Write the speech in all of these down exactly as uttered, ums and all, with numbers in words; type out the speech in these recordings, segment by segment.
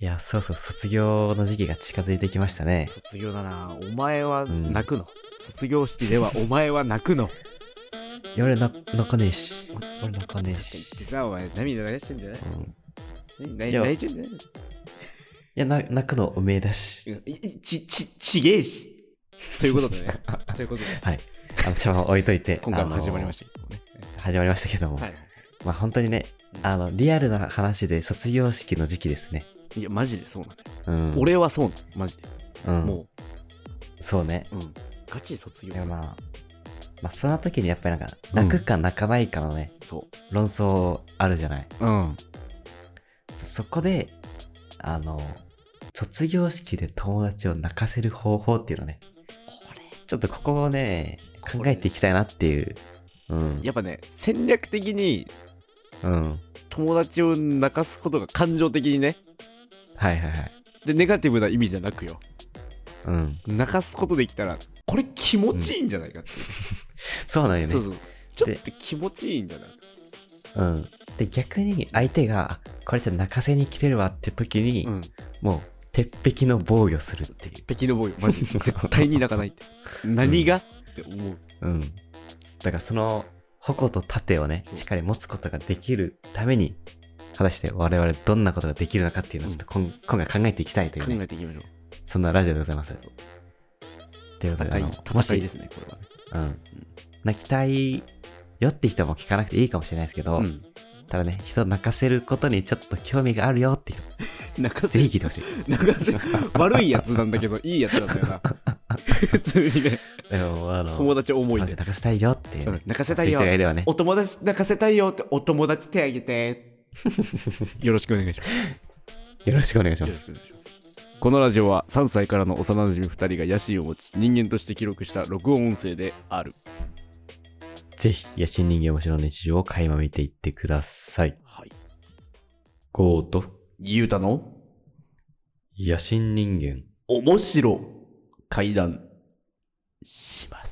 いや、そうそう、卒業の時期が近づいてきましたね。 卒業だな。お前は泣くの、うん、卒業式ではお前は泣くの。 いや、俺な泣かねえし。俺泣かねえし。 ってさ、お前涙流してんじゃない、うん、泣いちゃうんじゃない？いや、な泣くのおめえだし。 ち、ち、ちげえし。ということでね。ということで。 はい。あの、茶碗置いといて。 今回も始まりましたけどね。 始まりましたけども。はい。まあ本当にね、あの、リアルな話で卒業式の時期ですね。 いや、マジでそうなんだよ。うん。俺はそうなの。マジで。うん。もう。 そうね。 うん。ガチ卒業。 いや、まあ、まあその時にやっぱりなんか、泣くか泣かないかのね、うん、そう。論争あるじゃない。 うん。 そこで、あの、卒業式で友達を泣かせる方法っていうのね、これちょっとここをね、考えていきたいなっていう。うん。 やっぱね、戦略的に、 うん。 友達を泣かすことが感情的にね。 はいはいはい。 で、ネガティブな意味じゃなくよ。 うん。 泣かすことできたら、これ気持ちいいんじゃないかっていう。うん、 そうなんよね。 そうそう。ちょっと気持ちいいんじゃないか。 うん。で、逆に相手が、これじゃ泣かせに来てるわって時に、うん、もう、鉄壁の防御するっていう。 鉄壁の防御。マジで。絶対に泣かないって。何が、うん、って思う。 うん。だからその、矛と盾をね、しっかり持つことができるために、果たして我々どんなことができるのかっていうのをちょっとこん、うん、今回考えていきたいというね。 考えていきましょう。 そんなラジオでございます。ということで、 戦いですね、これはね。 うん。うん、泣きたいよって人も聞かなくていいかもしれないですけど、うん、ただね、人を泣かせることにちょっと興味があるよって人、 泣かせぜひ聞いてほしい。 泣かせ悪いやつなんだけど、いいやつなんだよな。普通にね。 でもあの友達思いで。 泣かせたいよっていう、ね、うん、 泣かせたいよ。 そういう人がいればね。 お友達泣かせたいよって、お友達手あげて。よろしくお願いします。 よろしくお願いします。 このラジオはさんさいからの幼馴染ふたりが野心を持ち、人間として記録した録音音声である。 ぜひ野心人間推しの日常を垣間見ていってください。 はい。 ゴーとゆうたの野心人間面白会談します。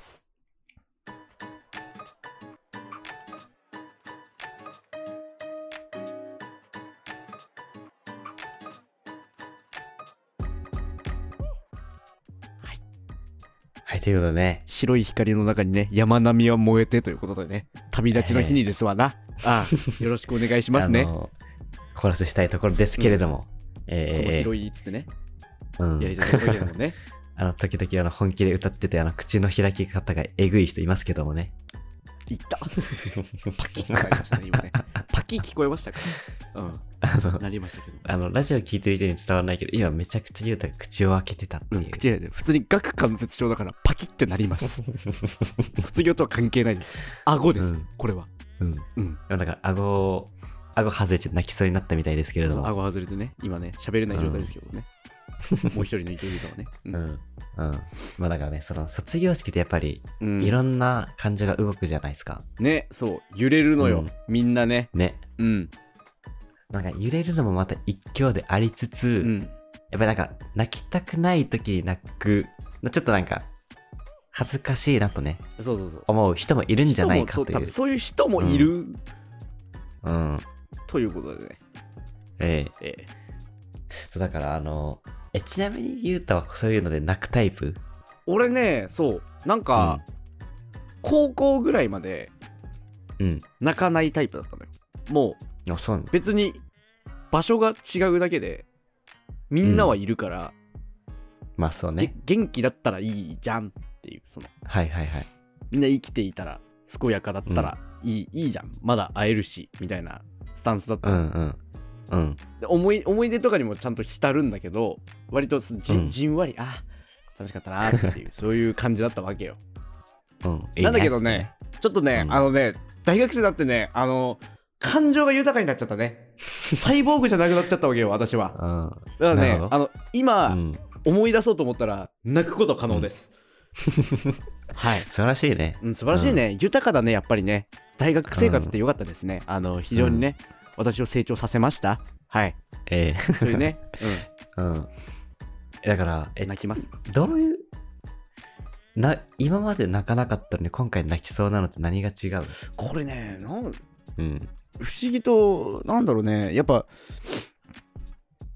はい、ということでね、 白い光の中にね、山並みは燃えてということでね、旅立ちの日にですわな。えー、ああ、よろしくお願いしますね。あのー、コーラスしたいところですけれども、 うん、えー、この広いっつってね、 うん、 やりたいところだもんね。 あの、時々あの本気で歌ってて、あの、口の開き方がえぐい人いますけどもね。 いった。パキッ聞こえましたね、今ね。パキッ聞こえましたか？うん。あの、なりましたけど。 あの、ラジオ聞いてる人に伝わらないけど、今めちゃくちゃゆうたが口を開けてたっていう。うん、 口開いてる。普通に顎関節症だからパキッってなります。卒業とは関係ないです。顎です、うん、これは。 うん。うん。だから顎を、顎外れちゃって泣きそうになったみたいですけれども。 顎外れてね、今ね、喋れない状態ですけどね。うん、もう一人の伊藤優太はね。 うん。うん。まあだからね、その卒業式ってやっぱり、うん、いろんな感情が動くじゃないですか。 ね、そう。揺れるのよ。うん、みんなね。 ね。 うん。 なんか揺れるのもまた一興でありつつ、うん、やっぱりなんか泣きたくない時に泣く、ちょっとなんか恥ずかしいなとね、 そうそうそう、 思う人もいるんじゃないかという。 そう、多分そういう人もいる、 うん。うん、 ということでね。 ええええ。そうだからあの、え、ちなみにゆうたはそういうので泣くタイプ？ 俺ね、そうなんか、うん、高校ぐらいまで泣かないタイプだったのよ。もう、 あ、そう別に場所が違うだけでみんなはいるから、 うん、まあそうね、 元気だったらいいじゃんっていう、その、 はいはいはい、 みんな生きていたら健やかだったらいい、うん、いいじゃん、まだ会えるしみたいなスタンスだったの。 うんうんうん、 で 思い、思い出とかにもちゃんと浸るんだけど、割と じ,、うん、じんわり、あ、楽しかったなっていうそういう感じだったわけよ。 うん、 なんだけどね、ちょっとね、うん、あのね、大学生になってね、あの感情が豊かになっちゃったね。サイボーグじゃなくなっちゃったわけよ、私は。 うん、 だからね、あの今、うん、思い出そうと思ったら泣くこと可能です。うん、はい。 素晴らしいね。 うん、素晴らしいね、うん。豊かだね、やっぱりね。大学生活って良かったですね。うん、あの非常にね、うん、私を成長させました。はい。 えー、 そういうね。 うん。うん。だからえ泣きます。 どういうな今まで泣かなかったのに今回泣きそうなのって何が違う？ これね、なん、 うん。 不思議となんだろうね、やっぱ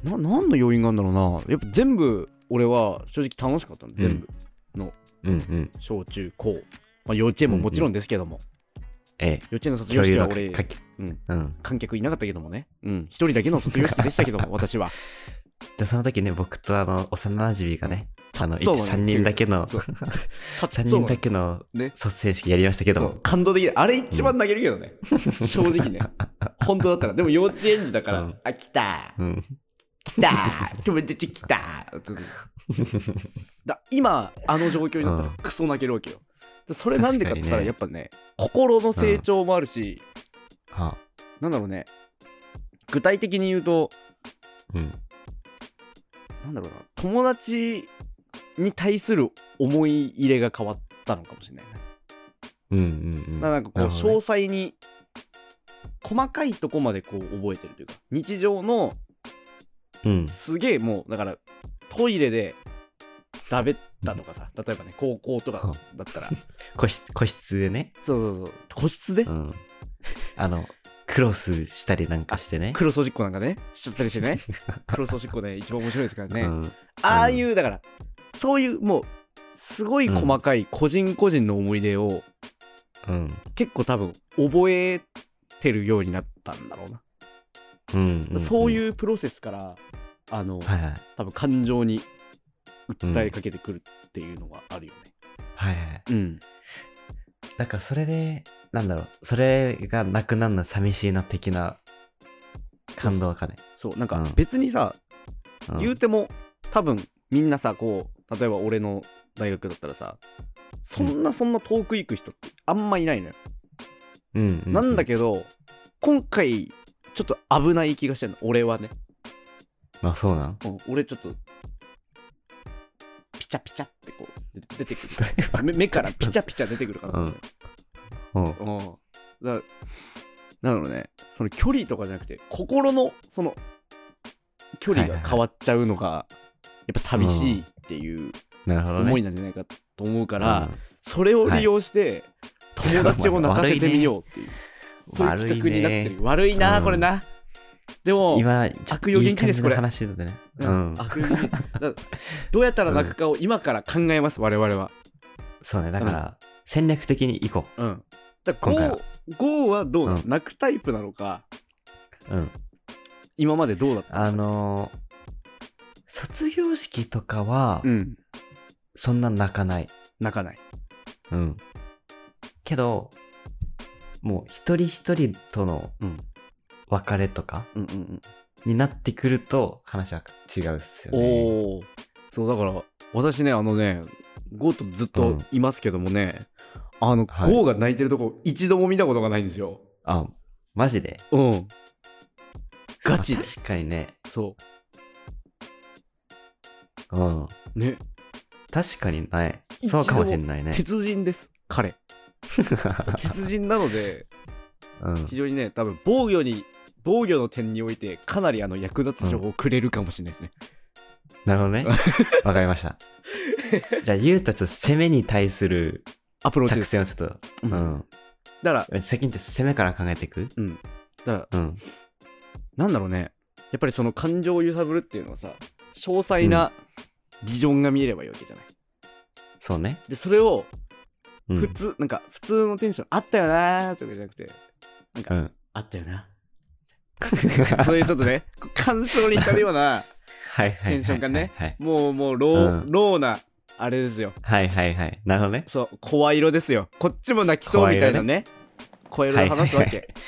な何の要因があるんだろうな。やっぱ全部俺は正直楽しかったの、うん、全部の、 うんうん、 小中高、まあ、幼稚園ももちろんですけども、 うんうん、ええ、 幼稚園の卒業式は俺、 うんうん、 観客いなかったけどもね、うん、一人だけの卒業式でしたけども私は。 でその時ね、僕とあの幼馴染がね、あのさんにんだけのさんにんだけの卒生式やりましたけども、 感動的で、あれ一番投げるけどね、うん、正直ね本当だったら。でも幼稚園児だから、うん、あ、来たー、うん、来たー、今日出てきたーだ。今あの状況になったらクソ泣けるわけよ。それなんでかって言ったら、やっぱね、心の成長もあるし、うん、はあ、なんだろうね、具体的に言うと、うん、なんだろうな、友達に対する思い入れが変わったのかもしれないね。うんうんうん。なんかこう、詳細に細かいとこまでこう覚えてるというか、日常の、うん、すげえもうだからトイレでダベったとかさ、例えばね、高校とかだったら個室個室でね。 そうそうそう、個室で、うん、 あのクロスしたりなんかしてね、 クロスおしっこなんかねしちゃったりしてねクロスおしっこね一番面白いですからね、うん、ああいう、だからそういうもうすごい細かい個人個人の思い出を、うん、結構多分覚えてるようになったんだろうな、うんうんうん、そういうプロセスからあの、はいはい、多分感情に訴えかけてくるっていうのがあるよね、 うん、はいはい、うん、だからそれでなんだろう、それがなくなるの寂しいな的な感動かね。 そう、なんか別にさ、うん、言うても多分みんなさ、こう例えば俺の大学だったらさ、そんなそんな遠く行く人ってあんまいないのよ、うんうんうん、なんだけど今回ちょっと危ない気がしてんの、俺はね。 あ、そうなん、 うん、俺ちょっとピチャピチャってこう出てくる目, 目からピチャピチャ出てくるからさ、うんうん、だからなんだろうね、その距離とかじゃなくて心のその距離が変わっちゃうのがやっぱ寂しいっていう思いなんじゃないかと思うから、それを利用して友達を泣かせてみようっていう、そういう企画になってる。悪いなこれな。でも今悪用元気ですこれ。 話だね、うん、 悪用元気どうやったら泣くかを今から考えます、我々は。 そうね、だから戦略的にいこう。うん。 だから ゴー はどうなの、うん、泣くタイプなのか、うん、今までどうだったの？ あのー、卒業式とかは、うん、そんな泣かない泣かないうんけどもう一人一人との別れとかになってくると話は違うっすよね。おー、 そうだから私ね、あのね ゴー とずっといますけどもね、うん、あの、はい、ゴー が泣いてるとこ一度も見たことがないんですよ。 あ、マジで？ うん。ガチで。 確かにね。 そう。 うん。 ね。 確かにない。そうかもしれないね。 鉄人です、彼。鉄人なので、うん、非常にね、多分防御に、防御の点においてかなりあの役立つ情報をくれるかもしれないですね。 うん、なるほどね。わかりました。じゃあ、ゆうたちょっと攻めに対するアプローチ作戦をちょっと、うん。うん、 だから、 先に攻めから考えていく？ うん。だから、うん、なんだろうね。やっぱりその感情を揺さぶるっていうのはさ、詳細なビジョンが見えればいいわけじゃない。うん、 そうね。 で、それを、普通、うん、なんか普通のテンションあったよなーとかじゃなくて、なんか、うん、あったよな。そういうちょっとね、感傷に浸るようなテンションがね、もうもうロー、うん、ローなあれですよ。 はいはいはい。なるほどね。 そう、声色ですよ。こっちも泣きそうみたいなね。声色で話すわけ。はいはいはい、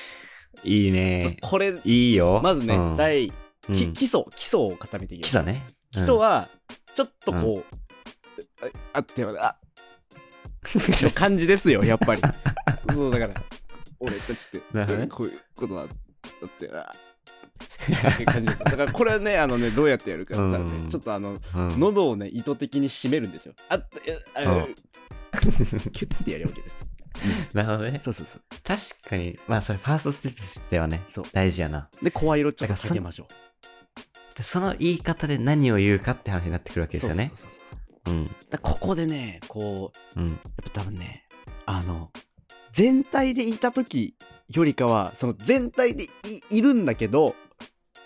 いいね。 これいいよ。 まずね、うん、第、うん、基礎基礎を固めていきます。 基礎ね。 基礎はちょっとこう、うん、あってよな。の感じですよ、やっぱり。そうだから俺たちってこういうことなんだってなっていう感じです。だからこれはね、あのね、どうやってやるかって言ったらね、ちょっとあの、うん、喉をね意図的に締めるんですよ。あっ、あ、うん、キュッてやるわけです。 なるほどね。 そうそうそう。 確かに、まあそれファーストステップとしてはね、そう大事やな。 で、声色ちょっと下げましょう。で、その言い方で何を言うかって話になってくるわけですよね。そうそうそうそう。うん、 だここでね、こう、うん、やっぱ多分ね、あの全体でいた時よりかは、その全体で い, いるんだけど、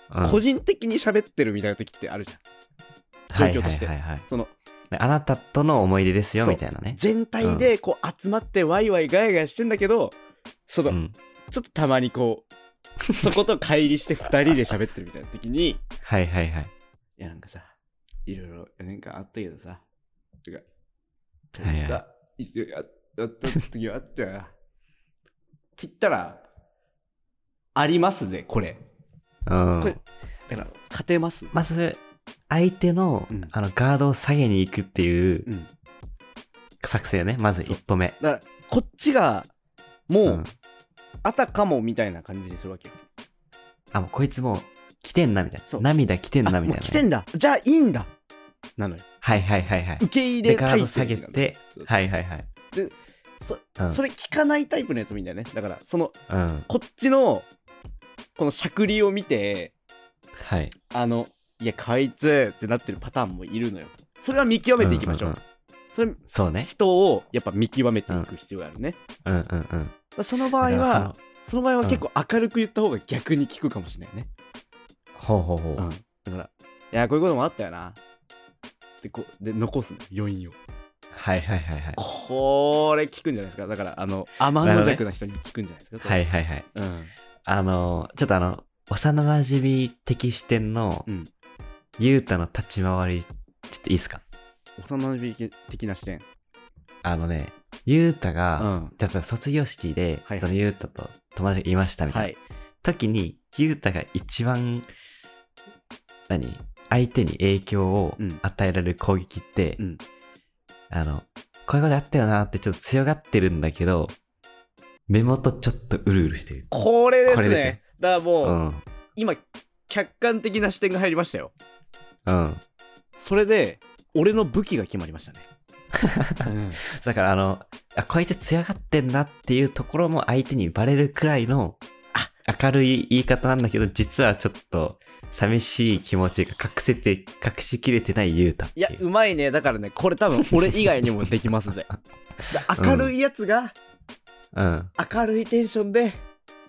うん個人的に喋ってるみたいな時ってあるじゃん、状況として、 はいはいはいはい、 そのあなたとの思い出ですよそうみたいなね。 全体でこう集まってワイワイガヤガヤしてんだけど、その、 うん、 ちょっとたまにこうそこと乖離してふたりで喋ってるみたいな時にはいはいはい。 いやなんかさ、いろいろよねんかんあったけどさ、てかはいはいさ、いろいろやった時はあったよなって言ったら、ありますぜこれ。 うん、 これだから勝てます。 まず相手の、 うん、 あのガードを下げに行くっていううん、 作戦ね、まず一歩目。 だからこっちがもう、 うん、 あたかもみたいな感じにするわけよ。 あ、もうこいつもう来てんなみたいそうな。涙来てんなみたいな、ね。 もう来てんだ、じゃあいいんだなのよ。 はいはいはいはい。 受け入で、 れたいガード下げて、はいはいはい。 で そ,、 うん、 それ聞かないタイプのやつもいいんだよね。だからその、 うん、 こっちのこのしゃくりを見て、 はい。 あのいやこいつってなってるパターンもいるのよ。それは見極めていきましょう。 うんうんうん、 それそうね。 人をやっぱ見極めていく必要があるね。 うんうんうん。 だその場合はその場合は結構明るく言った方が逆に効くかもしれないね。 ほうほうほう。 うん、だからいやこういうこともあったよなでこうで残すの余韻を。 はいはいはいはい。 これ効くんじゃないですか。だからあの天の弱な人に効くんじゃないですか。 はいはいはい。 うん、 あのちょっとあの幼馴染的視点の、うん、ゆうたの立ち回りちょっといいですか。 幼馴染的な視点。 あのね、ゆうたが、うん、例えば卒業式で、 はい、 そのゆうたと友達がいましたみたいな、はい、時にゆうたが一番何相手に影響を与えられる攻撃って、うん、あのこういうことあったよなってちょっと強がってるんだけど目元ちょっとうるうるしてる。 これですね。これですよ。だからもう、うん、今客観的な視点が入りましたよ。 うん。 それで俺の武器が決まりましたね。 うん、だからあのあこいつ強がってんなっていうところも相手にバレるくらいの明るい言い方なんだけど実はちょっと寂しい気持ちが隠せて隠しきれてないゆうた。 いやうまいね。だからねこれ多分俺以外にもできますぜ。明るいやつが、うん、明るいテンションで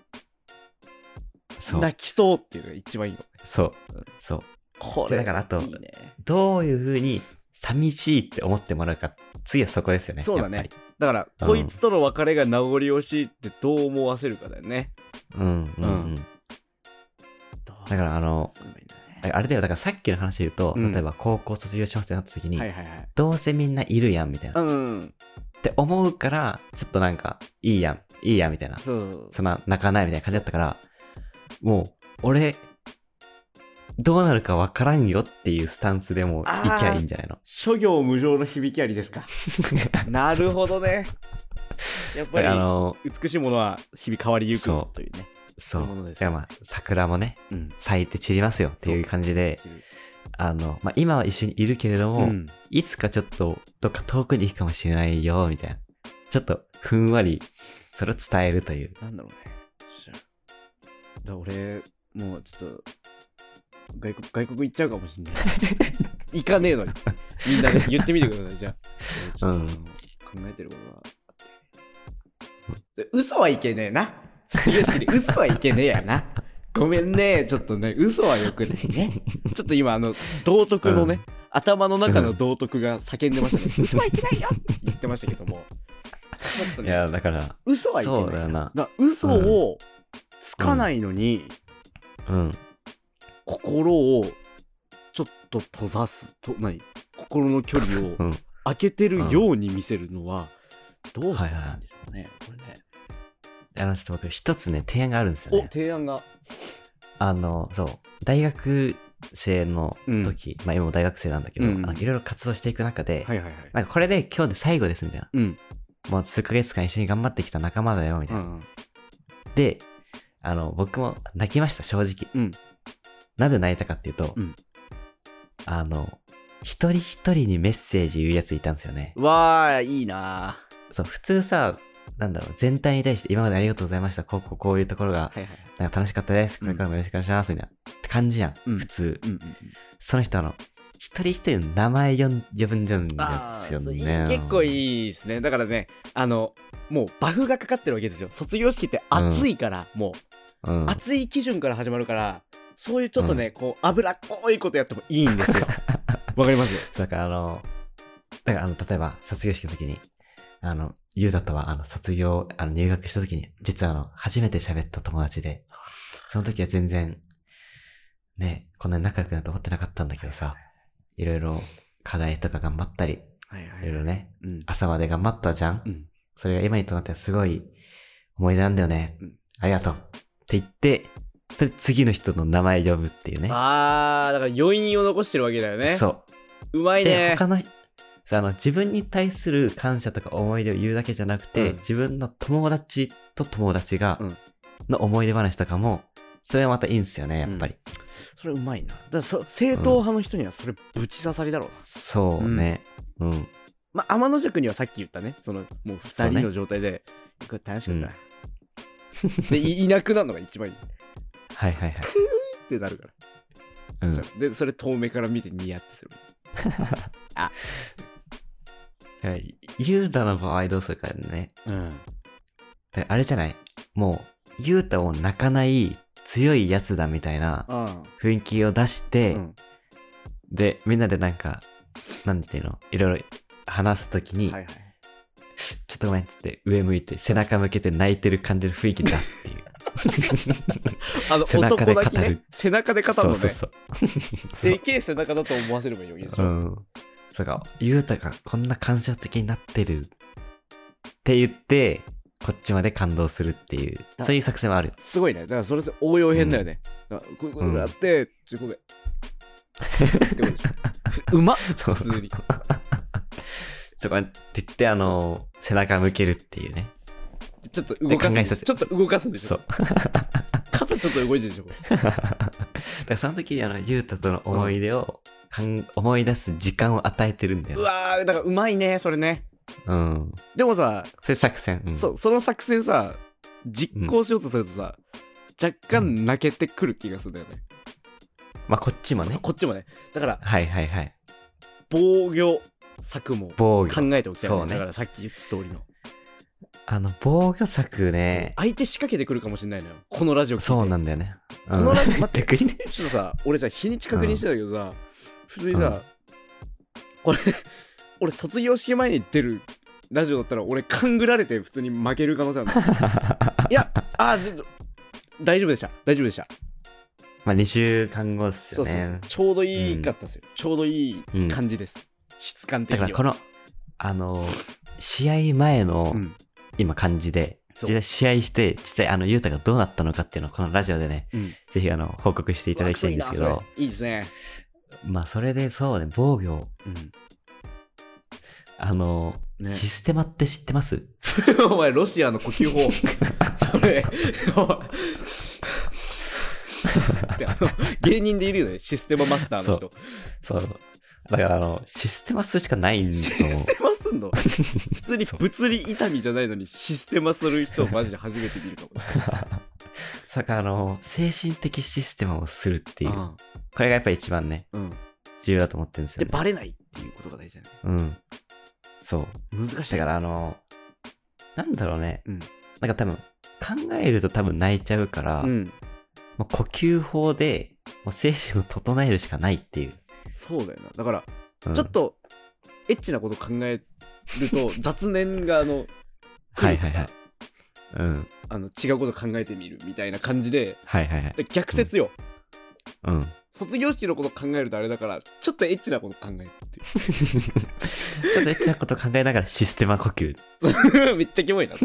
泣きそうっていうのが一番いいの。 そう、うん、そうこれだからあといい、ね、 どういう風に寂しいって思ってもらうか次はそこですよね。 そうだね。だから、うん、こいつとの別れが名残惜しいってどう思わせるかだよね。 うんうんうん、うん、だからあのあれだよ。だからさっきの話で言うと、うん、例えば高校卒業しますってなった時に、はいはいはい、どうせみんないるやんみたいな、うん、って思うからちょっとなんかいいやんいいやんみたいな、そうそんな泣かないみたいな感じだったから、もう俺どうなるか分からんよっていうスタンスでもいきゃいいんじゃないの。諸行無常の響きありですか。なるほどね。やっぱりあの美しいものは日々変わりゆくというね。 そう。そうだからまあ桜もね、うん、咲いて散りますよっていう感じで、あのまあ今は一緒にいるけれども、うん、いつかちょっとどっか遠くに行くかもしれないよみたいな、ちょっとふんわりそれを伝えるという。 なんだろうね。だ俺もうちょっと。外国, 外国行っちゃうかもしんない。行かねえのに。みんなね、言ってみてください、じゃあ。ちょっと、うん、考えてることがあって。嘘はいけねえな。卒業式で嘘はいけねえやな。ごめんね、ちょっとね、嘘はよくないね。ちょっと今、あの、道徳のね、うん、頭の中の道徳が叫んでましたね。うん、嘘はいけないよって言ってましたけども。 ちょっとね、いや、だから、 嘘はいけない。 そうだよな。 だ嘘をつかないのに、 うん。うん心をちょっと閉ざすと何心の距離を開けてるように見せるのはどうしたらいいんでしょうね、これね。 あのちょっと僕一つね提案があるんですよね。 お提案があのそう大学生の時、うん、まあ今も大学生なんだけど、うん、あのいろいろ活動していく中で、はいはいはい、なんかこれで今日で最後ですみたいな、うん、もう数ヶ月間一緒に頑張ってきた仲間だよみたいな、うんうん、であの僕も泣きました正直、うん、なぜ泣いたかっていうと、うん、あの一人一人にメッセージ言うやついたんですよね。 わーいいな。 そう普通さなんだろう全体に対して今までありがとうございました、こうこうこういうところが、はいはい、なんか楽しかったです、これからもよろしくお願いします、うん、みたいなって感じやん、うん、普通、うんうんうん、その人の一人一人の名前呼ん呼ぶんじゃうんですよね。 結構いいですね。だからねあのもうバフがかかってるわけですよ。卒業式って暑いから、うん、もう、うん、暑い基準から始まるからそういうちょっとね、うん、こう脂っこいことやってもいいんですよ。わかりますよ。 だからあのだからあの例えば卒業式の時にあのゆうたとはあの卒業あの入学した時に実はあの初めて喋った友達で、その時は全然ねこんなに仲良くなると思ってなかったんだけどさ、いろいろ課題とか頑張ったり、はいはいはい、いろいろね、うん、朝まで頑張ったじゃん、うん、それが今にとなってはすごい思い出なんだよね、うん、ありがとうって言って、それ次の人の名前呼ぶっていうね。 あーだから余韻を残してるわけだよね。 そううまいね。 で他のあの自分に対する感謝とか思い出を言うだけじゃなくて、うん、自分の友達と友達が、うん、の思い出話とかもそれはまたいいんすよねやっぱり、うん、 それうまいな。だからそ正統派の人にはそれぶち刺さりだろうな、うん、 そうねうん、 まあ天野塾にはさっき言ったね、そのもうふたりの状態で、ね、これ楽しかったな、うん、で い, いなくなるのが一番いい。 はいはいはいクーってなるから、うん、でそれ遠目から見てニヤってする。あゆうたの場合どうするかね。うん。あれじゃない？もう、ゆうたを泣かない強いやつだみたいな雰囲気を出して、うん、で、みんなでなんか、なんていうの？いろいろ話すときに、はいはい、ちょっとごめんって言って上向いて背中向けて泣いてる感じの雰囲気出すっていう。 あの背中で語る、ね、背中で語るのね。 そうそうそう。でけえ背中だと思わせればいいわけでしょ。うん。 そうか、ゆうたがこんな感情的になってるって言ってこっちまで感動するっていう、そういう作戦はある。 すごいね。だからそれ応用編だよね。うん、こういうことがあって、うん、ちょごめんってことでしょ。うまっ普通に。 そこって言ってあのー、背中向けるっていうね。 ちょっと動かすんでしょ。ちょっと動かすんでしょ。そう。肩ちょっと動いてるでしょ。だからその時にあのゆうたとの思い出を、うんかん思い出す時間を与えてるんだよ。 うわーだからうまいねそれね。 うん。 でもさ、 そういう作戦、うん、 そその作戦さ実行しようとするとさ、うん、若干泣けてくる気がするんだよね。 まあこっちもね。 こっちもね。だからはいはいはい。 防御策も考えておきたい、ね。 そうね。 だからさっき言った通りの。 あの防御策ね。 相手仕掛けてくるかもしれないのよ。このラジオ聞いて。 そうなんだよね。 うん、このラジオ待ってちょっとさ俺さ日にち確認してたけどさ、うん、普通にさ、うん、これ俺卒業式前に出るラジオだったら俺勘ぐられて普通に負ける可能性あるの。いやあ大丈夫でした大丈夫でした。 まあにしゅうかんごですよね。そうそうそうちょうどいいかったですよ、うん、ちょうどいい感じです、うん、質感的には。 だからこのあの試合前の、うん今感じで実際試合して実際あのゆうたがどうなったのかっていうのをこのラジオでね、うん、ぜひあの報告していただきたいんですけど。 いいですね。 まあそれでそうね防御、うん、あの、ね、システマって知ってます？ お前ロシアの呼吸法それであの芸人でいるよねシステママスターの人。 そうそうだからあのシステマするしかないんだと思う。 システマすんの普通に物理痛みじゃないのにシステマする人をマジで初めて見るかも。 さかあの精神的システマをするっていう、これがやっぱり一番ね、うん、重要だと思ってるんですよね。 でバレないっていうことが大事だね。 うんそう難しい。 だからあのなんだろうね、うん、なんか多分考えると多分泣いちゃうから、うん、もう呼吸法でもう精神を整えるしかないっていう。 そうだよな。だから、うん、ちょっとエッチなこと考えると雑念があのはいはいはい、うん、 あの違うこと考えてみるみたいな感じで、 はいはいはい、 逆説よ、 うん、うん、 卒業式のこと考えるとあれだからちょっとエッチなこと考えるっていうちょっとエッチなこと考えながらシステマ呼吸めっちゃキモいな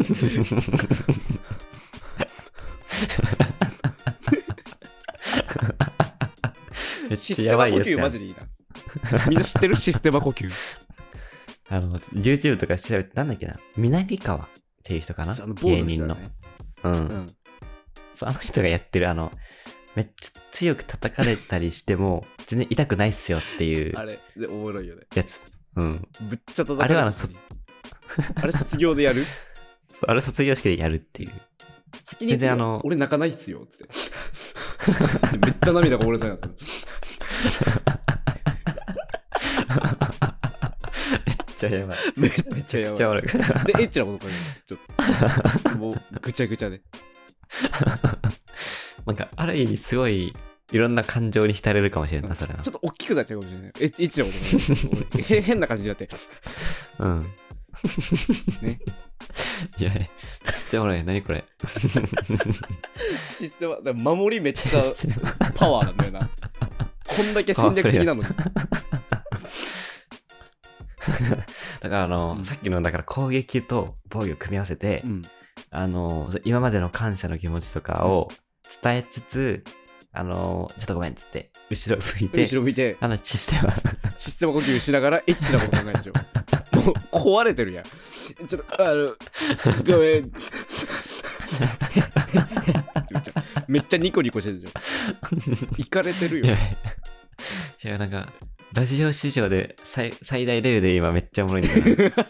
めっちゃやばいやつやん。 システマ呼吸マジでいいな。みんな知ってるシステマ呼吸。 あの YouTube とか調べてなんだっけな、南川っていう人かな、 あの芸人の、うん、うん、 そうあの人がやってるあのめっちゃ強く叩かれたりしても全然痛くないっすよっていうあれでおもろいよねやつ。うん。 ぶっちゃ叩かれる。あれはあの卒あれ卒業でやる？ そうあれ卒業式でやるっていう。 先に全然あの俺泣かないっすよっつってめっちゃ涙が漏れそうになっためっちゃやばいめっちゃやばい。 ちゃ悪いでエッチなことかちょっともうぐちゃぐちゃでなんかある意味すごいいろんな感情に浸れるかもしれんな、それな。 ちょっと大きくなっちゃうかもしれない。え、エッチなことが変な感じになって。 うん。ね。いや、めっちゃおもろい。何これ。 システマ、だ守りめっちゃパワーなんだよな。こんだけ戦略的なのに。だからあの、うん、さっきのだから攻撃と防御を組み合わせて、うん、あの今までの感謝の気持ちとかを伝えつつ、あのちょっとごめんっつって後ろ向いて、 後ろ見て、 あのシステマシステマ呼吸しながらエッチなこと考えるでしょ。もう壊れてるやん。ちょっとあのごめん。めっちゃニコニコしてるでしょ。イカれてるよ。いや、いやなんかラジオ史上で 最, 最大レベルで今めっちゃおもろいんだよ。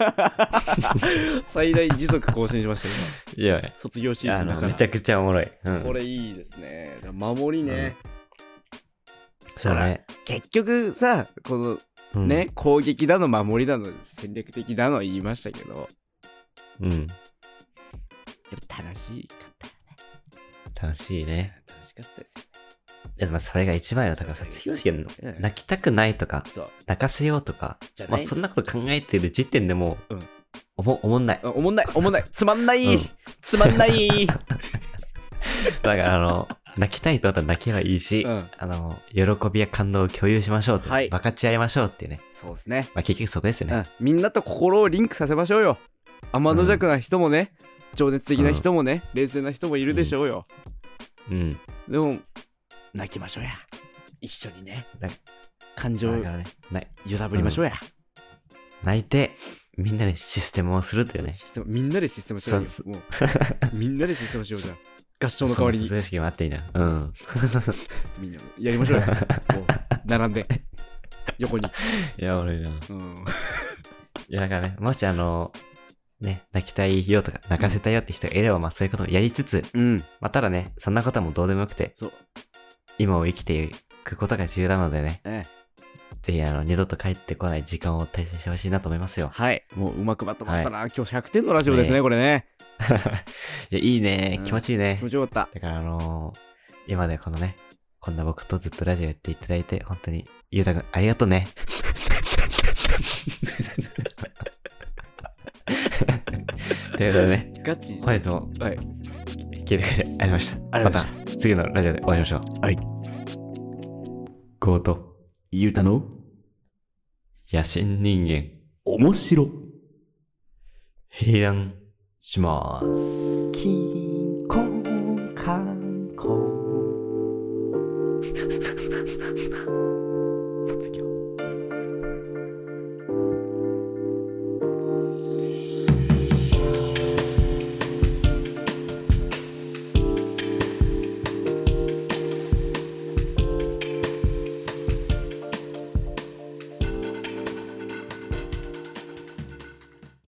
最大時速更新しました今。いや、 卒業シーズンだからめちゃくちゃおもろい。 うん、これいいですね。守りね。 うん、そうね。 結局さ、このね、うん、攻撃だの守りだの戦略的だの言いましたけど、 うん。やっぱ楽しかったよね。 楽しいね。 楽しかったですよね。 いや、まあそれが一番よ。だから卒業式で泣きたくないとか、泣かせようとか、まあそんなこと考えてる時点でもう、うん、おも、おもんない。 おもんない、おもんない。つまんない、うん、つまんない。だからあの、泣きたいと思ったら泣けばいいし、うん、あの、喜びや感動を共有しましょうと、はい、分かち合いましょうっていうね。 そうですね。 まあ結局そこですよね、 うん。みんなと心をリンクさせましょうよ。天の弱な人もね、うん、情熱的な人もね、うん、冷静な人もいるでしょうよ。 うん。うん、 でも、泣きましょうや。一緒にね。感情を揺さぶりましょうや。 うん、泣いて、みんなでシステムをするというね。 システムみんなでシステムしようよ。もうみんなでシステムしようじゃん。合唱の代わりに。 卒業式もあっていいな。うん。 みんなやりましょうよ。もう並んで。横に。 いや、俺な。うん。いや、だからね、もしあの、ね、泣きたいよとか泣かせたいよって人がいれば、うん、まあそういうことをやりつつ、うん、まあただね、そんなことはもうどうでもよくて、そう今を生きていくことが重要なのでね、ええ、ぜひあの二度と帰ってこない時間を大切にしてほしいなと思いますよ。 はい、もううまくまとまったな、はい、今日ひゃくてんのラジオですね、ねこれね。 いや、いいね、気持ちいいね。 気持ちよかった。 だからあのー、今でこのね、こんな僕とずっとラジオやっていただいて、本当にゆうたくんありがとうね。ということでね、 ガチ本日も聞いてくれてありがとうございました。また次のラジオでお会いしましょう。 はい。 ゴートゆうたの野心人間面白平安します。 キンコンカンコン